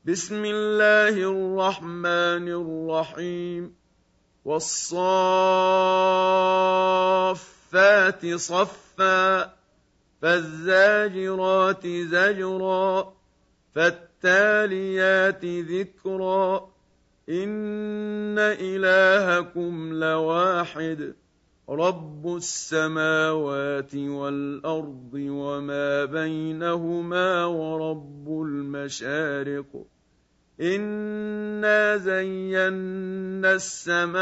بسم الله الرحمن الرحيم والصافات صفا فالزاجرات زجرا فالتاليات ذكرا إن إلهكم لواحد رب السماوات والأرض وما بينهما ورب المشارق إنا زينا السماء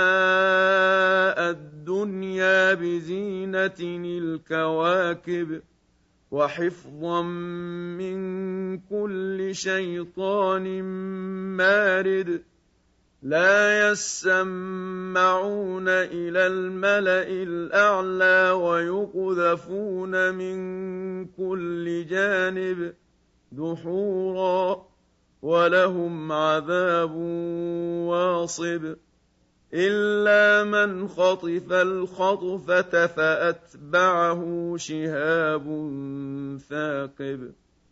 الدنيا بزينة الكواكب وحفظا من كل شيطان مارد لا يسمعون إلى الملأ الأعلى ويقذفون من كل جانب دحورا ولهم عذاب واصب إلا من خطف الخطفة فأتبعه شهاب ثاقب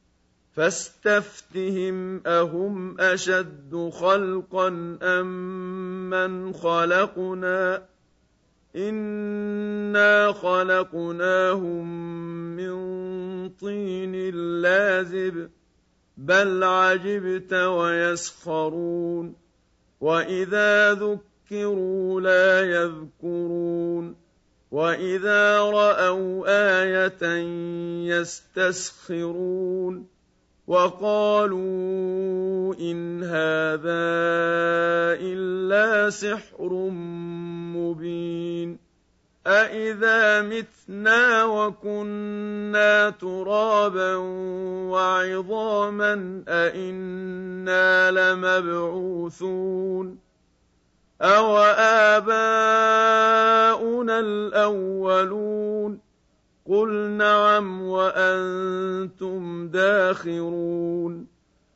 فاستفتهم أهم أشد خلقا أم من خلقنا إنا خلقناهم من طين لازب بل عجبت ويسخرون وإذا ذكروا لا يذكرون وإذا رأوا آية يستسخرون وقالوا إن هذا إلا سحر مبين أإذا متنا وكنا ترابا وعظاما أإنا لمبعوثون أو آباؤنا الأولون قل نعم وأنتم داخرون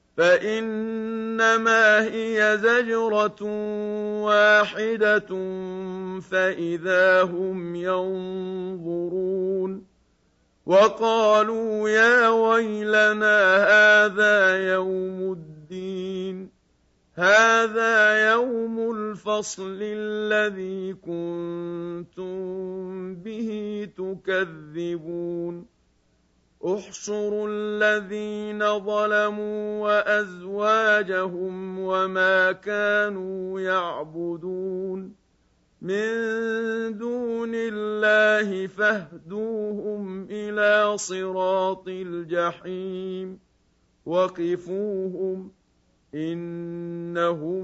فإنما هي زجرة واحدة فإذا هم ينظرون وقالوا يا ويلنا هذا يوم الدين هذا يوم الفصل الذي كنتم به تكذبون احشروا الذين ظلموا وأزواجهم وما كانوا يعبدون من دون الله فاهدوهم إلى صراط الجحيم وقفوهم إنهم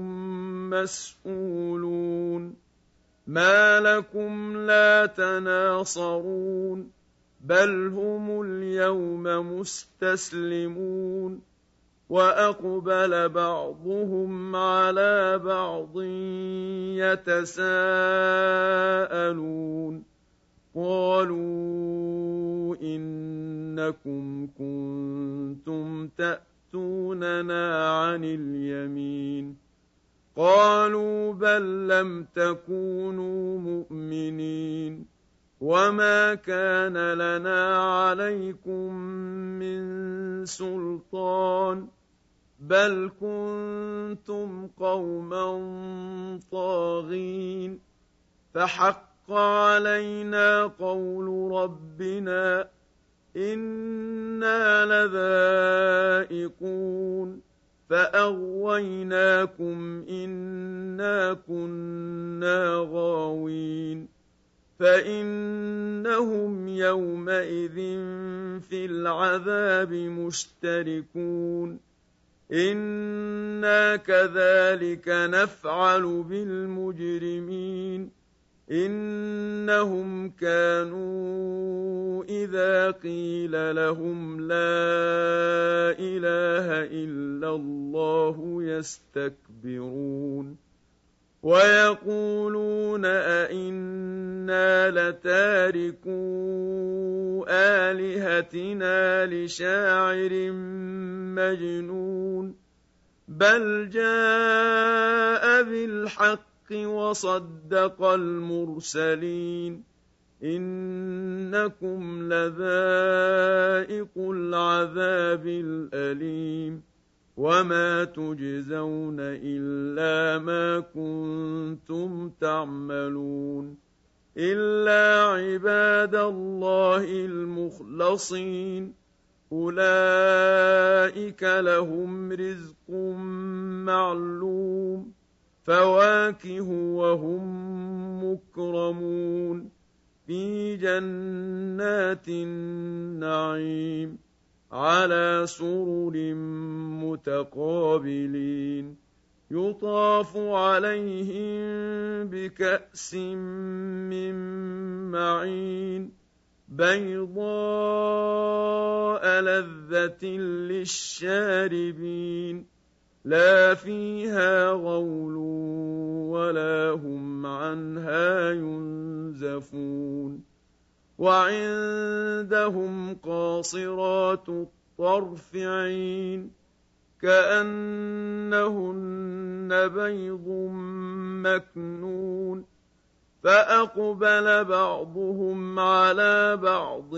مسئولون ما لكم لا تناصرون بل هم اليوم مستسلمون وأقبل بعضهم على بعض يتساءلون قالوا إنكم كنتم تأتوننا عن اليمين قالوا بل لم تكونوا مؤمنين وما كان لنا عليكم من سلطان بل كنتم قوما طاغين فحق علينا قول ربنا إنا لذائقون فأغويناكم إنا كنا غاوين فإنهم يومئذ في العذاب مشتركون إنا كذلك نفعل بالمجرمين إنهم كانوا إذا قيل لهم لا إله إلا الله يستكبرون ويقولون أئنا لتاركو آلهتنا لشاعر مجنون بل جاء بالحق وصدق المرسلين إنكم لذائقو العذاب الأليم وما تجزون إلا ما كنتم تعملون إلا عباد الله المخلصين أولئك لهم رزق معلوم فواكه وهم مكرمون في جنات النعيم على سرر متقابلين يطاف عليهم بكأس من معين بيضاء لذة للشاربين لا فيها غول ولا هم عنها ينزفون وعندهم قاصرات الطرف عين كأنهن بيض مكنون فأقبل بعضهم على بعض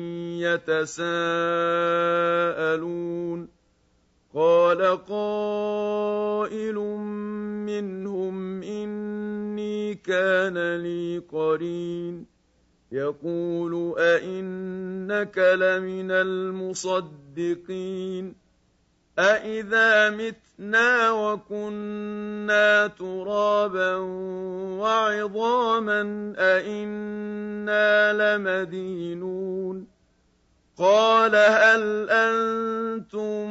يتساءلون قال قائل منهم إني كان لي قرين يقول أئنك لمن المصدقين أئذا متنا وكنا ترابا وعظاما أئنا لمدينون قال هل أنتم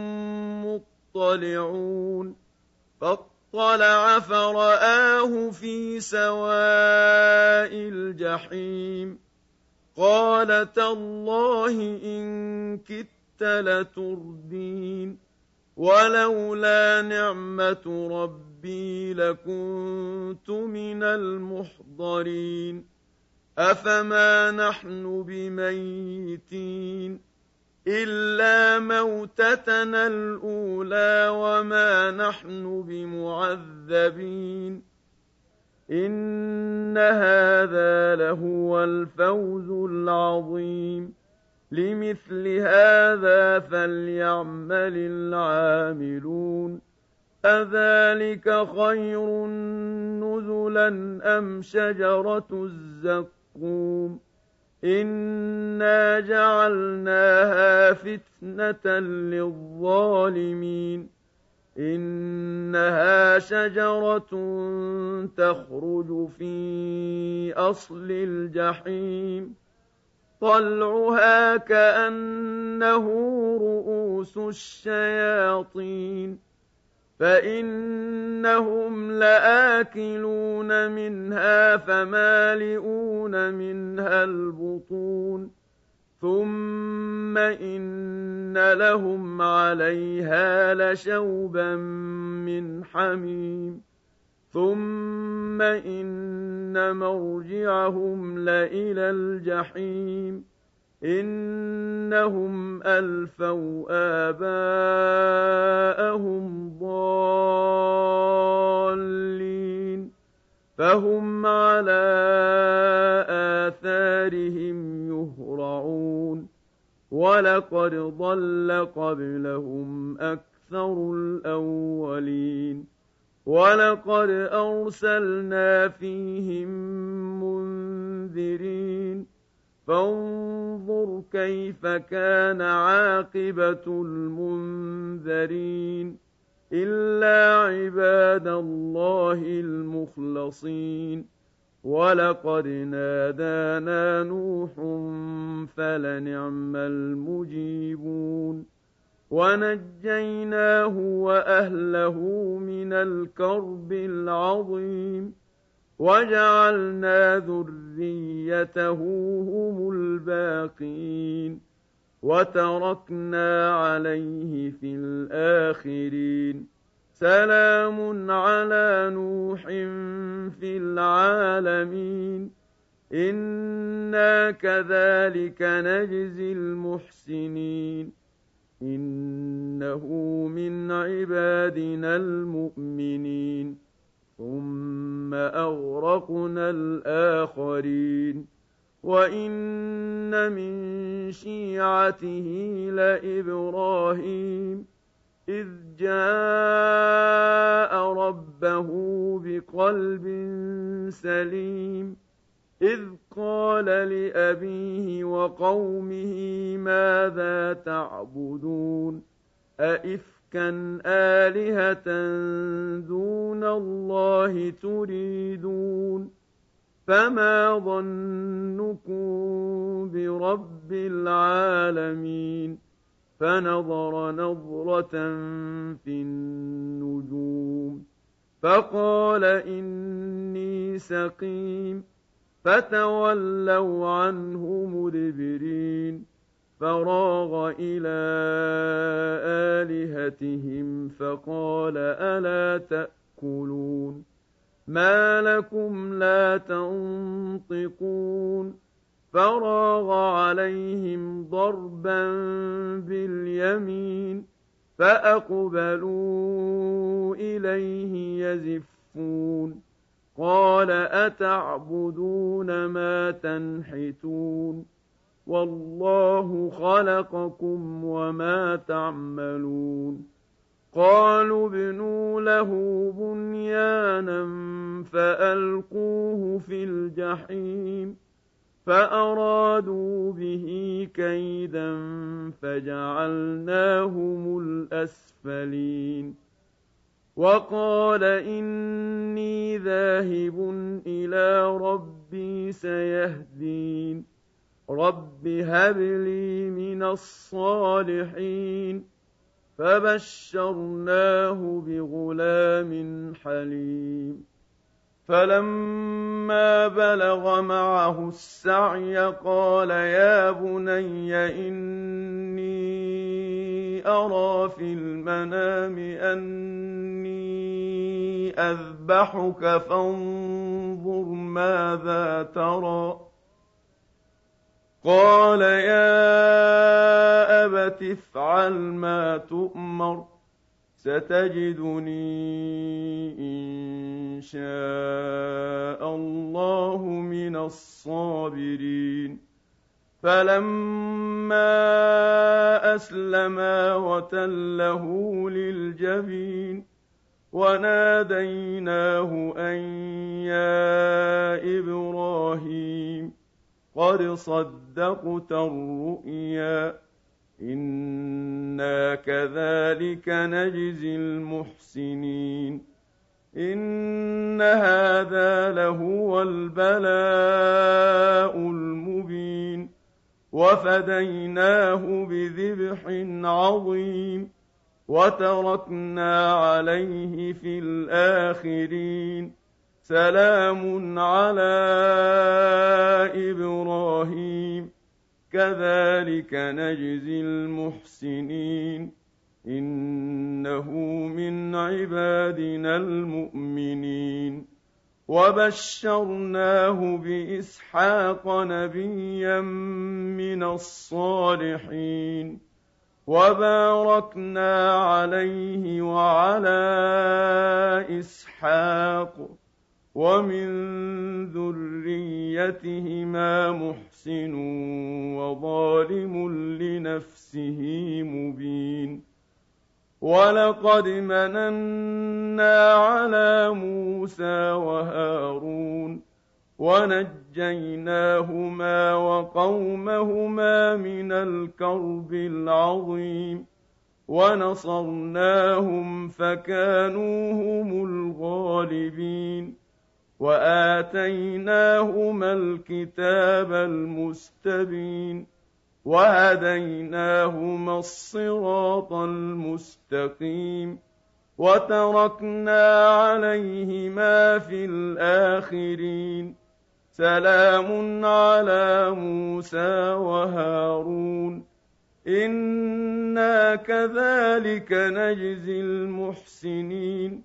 مطلعون فاطلع فرآه في سواء الجحيم قال تالله إن كدت لتردين ولولا نعمة ربي لكنت من المحضرين أفما نحن بميتين إلا موتتنا الأولى وما نحن بمعذبين إن هذا لهو الفوز العظيم لمثل هذا فليعمل العاملون أذلك خير نزلا أم شجرة الزقوم إنا جعلناها فتنة للظالمين إنها شجرة تخرج في أصل الجحيم طلعها كأنه رؤوس الشياطين فإنهم لآكلون منها فمالئون منها البطون ثم إن لهم عليها لشوبا من حميم ثم إن مرجعهم لإلى الجحيم إنهم ألفوا آباءهم ضالين فهم على آثارهم يهرعون ولقد ضل قبلهم أكثر الأولين ولقد أرسلنا فيهم منذرين فانظر كيف كان عاقبة المنذرين إلا عباد الله المخلصين ولقد نادانا نوح فلنعم المجيبون ونجيناه وأهله من الكرب العظيم وجعلنا ذريته هم الباقين وتركنا عليه في الآخرين سلام على نوح في العالمين إنا كذلك نجزي المحسنين إنه من عبادنا المؤمنين ثم أغرقنا الآخرين وإن من شيعته لإبراهيم إذ جاء ربه بقلب سليم إذ قال لأبيه وقومه ماذا تعبدون أئفكا آلهة دون الله تريدون فما ظنكم برب العالمين فنظر نظرة في النجوم فقال إني سقيم فتولوا عنه مدبرين فراغ إلى آلهتهم فقال ألا تأكلون ما لكم لا تنطقون فراغ عليهم ضربا باليمين فأقبلوا إليه يزفون قال أتعبدون ما تنحتون والله خلقكم وما تعملون قالوا ابنوا له بنيانا فألقوه في الجحيم فأرادوا به كيدا فجعلناهم الأسفلين وقال إني ذاهب إلى ربي سيهدين رب هب لي من الصالحين فبشرناه بغلام حليم فلما بلغ معه السعي قال يا بني إني أرى في المنام أني أذبحك فانظر ماذا ترى قال يا أبت افعل ما تؤمر ستجدني إن شاء الله من الصابرين فلما أسلما وتله للجبين وناديناه أن يا إبراهيم قد صدقت الرؤيا إنا كذلك نجزي المحسنين إن هذا لهو البلاء المبين وفديناه بذبح عظيم وتركنا عليه في الآخرين سلام على إبراهيم كذلك نجزي المحسنين إنه من عبادنا المؤمنين وبشرناه بإسحاق نبيا من الصالحين وباركنا عليه وعلى إسحاق ومن ذريتهما محسن وظالم لنفسه مبين ولقد مننا على موسى وهارون ونجيناهما وقومهما من الكرب العظيم ونصرناهم فكانوا هم الغالبين وآتيناهما الكتاب المستبين وهديناهما الصراط المستقيم وتركنا عليهما في الآخرين سلام على موسى وهارون إنا كذلك نجزي المحسنين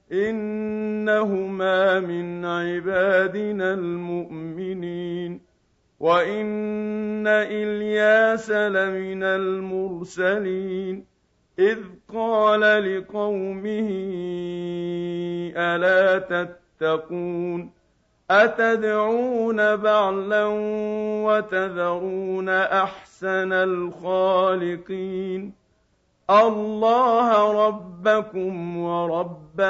إنهما من عبادنا المؤمنين وإن إلياس لمن المرسلين إذ قال لقومه ألا تتقون أتدعون بعلا وتذرون أحسن الخالقين اللَّهَ رَبَّكُمْ وَرَبَّ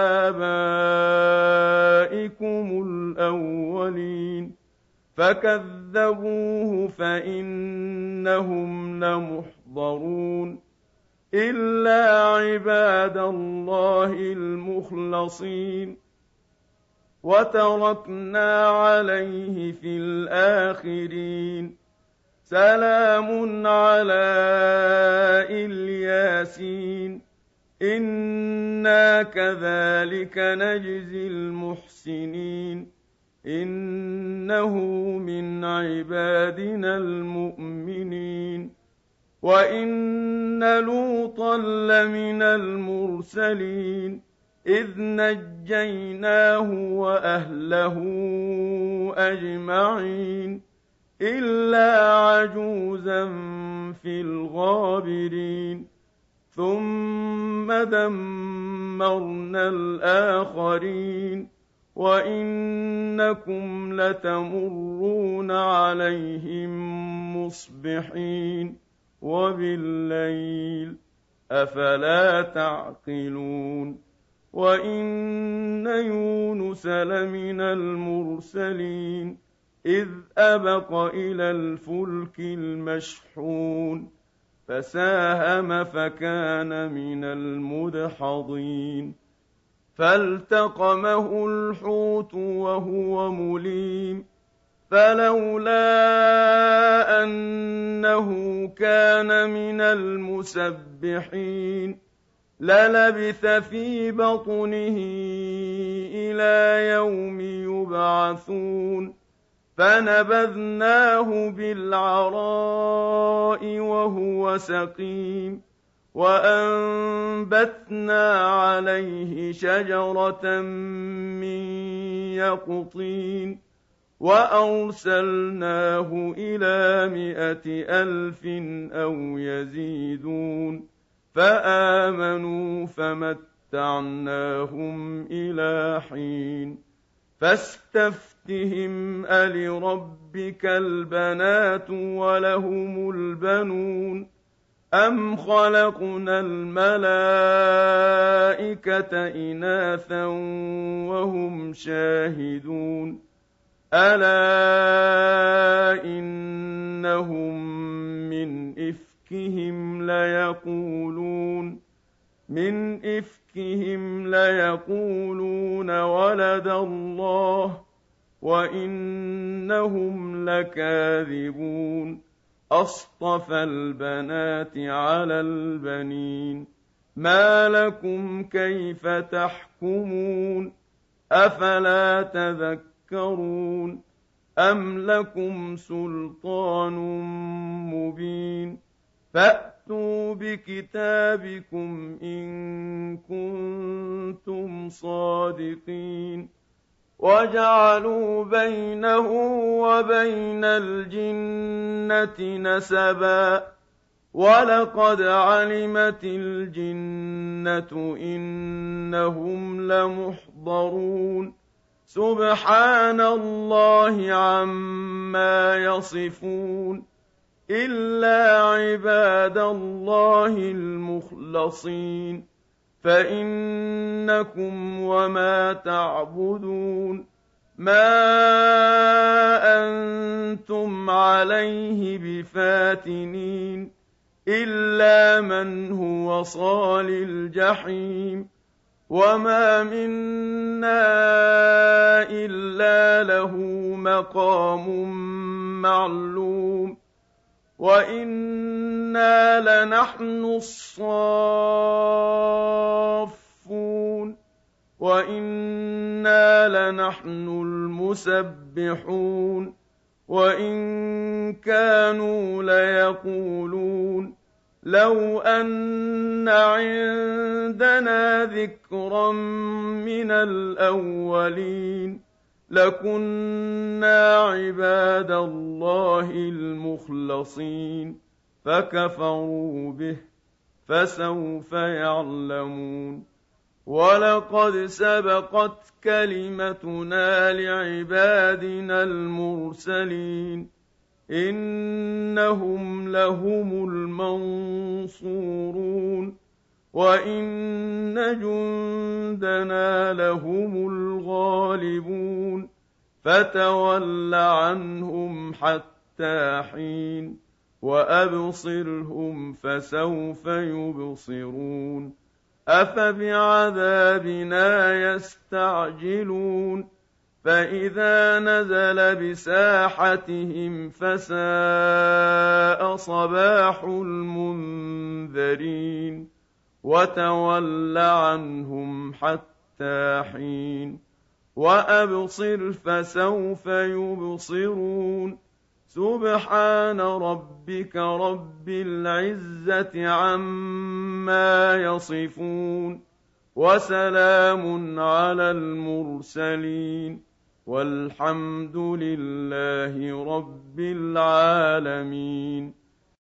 آبَائِكُمُ الْأَوَّلِينَ فَكَذَّبُوهُ فَإِنَّهُمْ لَمُحْضَرُونَ إِلَّا عِبَادَ اللَّهِ الْمُخْلَصِينَ وَتَرَكْنَا عَلَيْهِ فِي الْآخِرِينَ سَلَامٌ عَلَىٰ الْيَاسِينَ إِنَّا كَذَٰلِكَ نَجْزِي الْمُحْسِنِينَ إِنَّهُ مِنْ عِبَادِنَا الْمُؤْمِنِينَ وَإِنَّ لُوطًا لَّمِنَ الْمُرْسَلِينَ إِذْ نَجَّيْنَاهُ وَأَهْلَهُ أَجْمَعِينَ إِلَّا عَجُوزًا فِي الْغَابِرِينَ ثُمَّ دَمَّرْنَا الْآخَرِينَ وَإِنَّكُمْ لَتَمُرُّونَ عَلَيْهِم مُّصْبِحِينَ وَبِاللَّيْلِ ۗ أَفَلَا تَعْقِلُونَ وَإِنَّ يُونُسَ لَمِنَ الْمُرْسَلِينَ إِذْ أَبَقَ إِلَى الْفُلْكِ الْمَشْحُونِ فَسَاهَمَ فَكَانَ مِنَ الْمُدْحَضِينَ فَالْتَقَمَهُ الْحُوتُ وَهُوَ مُلِيمٌ فَلَوْلَا أَنَّهُ كَانَ مِنَ الْمُسَبِّحِينَ لَلَبِثَ فِي بَطْنِهِ إِلَىٰ يَوْمِ يُبْعَثُونَ فَنَبَذْنَاهُ بِالْعَرَاءِ وَهُوَ سَقِيمٌ وَأَنبَتْنَا عَلَيْهِ شَجَرَةً مِّن يَقْطِينٍ وَأَرْسَلْنَاهُ إِلَىٰ 100,000 أَوْ يَزِيدُونَ فَآمَنُوا فَمَتَّعْنَاهُمْ إِلَىٰ حِينٍ فَاسْتَفْتِهِمْ أَلِرَبِّكَ الْبَنَاتُ وَلَهُمُ الْبَنُونَ أَمْ خَلَقْنَا الْمَلَائِكَةَ إِنَاثًا وَهُمْ شَاهِدُونَ أَلَا إِنَّهُم مِّنْ إِفْكِهِمْ لَيَقُولُونَ وَلَدَ اللَّهُ وَإِنَّهُمْ لَكَاذِبُونَ أَصْطَفَى الْبَنَاتِ عَلَى الْبَنِينَ مَا لَكُمْ كَيْفَ تَحْكُمُونَ أَفَلَا تَذَكَّرُونَ أَمْ لَكُمْ سُلْطَانٌ مُّبِينٌ فَأْتُوا بِكِتَابِكُمْ إِن كُنتُمْ صَادِقِينَ وَجَعَلُوا بَيْنَهُ وَبَيْنَ الْجِنَّةِ نَسَبًا وَلَقَدْ عَلِمَتِ الْجِنَّةُ إِنَّهُمْ لَمُحْضَرُونَ سُبْحَانَ اللَّهِ عَمَّا يَصِفُونَ إِلَّا عِبَادَ اللَّهِ الْمُخْلَصِينَ فَإِنَّكُمْ وَمَا تَعْبُدُونَ مَا أَنتُمْ عَلَيْهِ بِفَاتِنِينَ إِلَّا مَنْ هُوَ صَالِ الْجَحِيمِ وَمَا مِنَّا إِلَّا لَهُ مَقَامٌ مَّعْلُومٌ وَإِنَّا لَنَحْنُ الصَّافُّونَ وَإِنَّا لَنَحْنُ الْمُسَبِّحُونَ وَإِن كَانُوا لَيَقُولُونَ لَوْ أَنَّ عِندَنَا ذِكْرًا مِّنَ الْأَوَّلِينَ لَكُنَّا عِبَادَ اللَّهِ الْمُخْلَصِينَ فَكَفَرُوا بِهِ فَسَوْفَ يَعْلَمُونَ وَلَقَدْ سَبَقَتْ كَلِمَتُنَا لِعِبَادِنَا الْمُرْسَلِينَ إنهم لهم المنصورون وإن جندنا لهم الغالبون فتول عنهم حتى حين وأبصرهم فسوف يبصرون أفبعذابنا يستعجلون فإذا نزل بساحتهم فساء صباح المنذرين وتول عنهم حتى حين وأبصر فسوف يبصرون سبحان ربك رب العزة عما يصفون وسلام على المرسلين والحمد لله رب العالمين.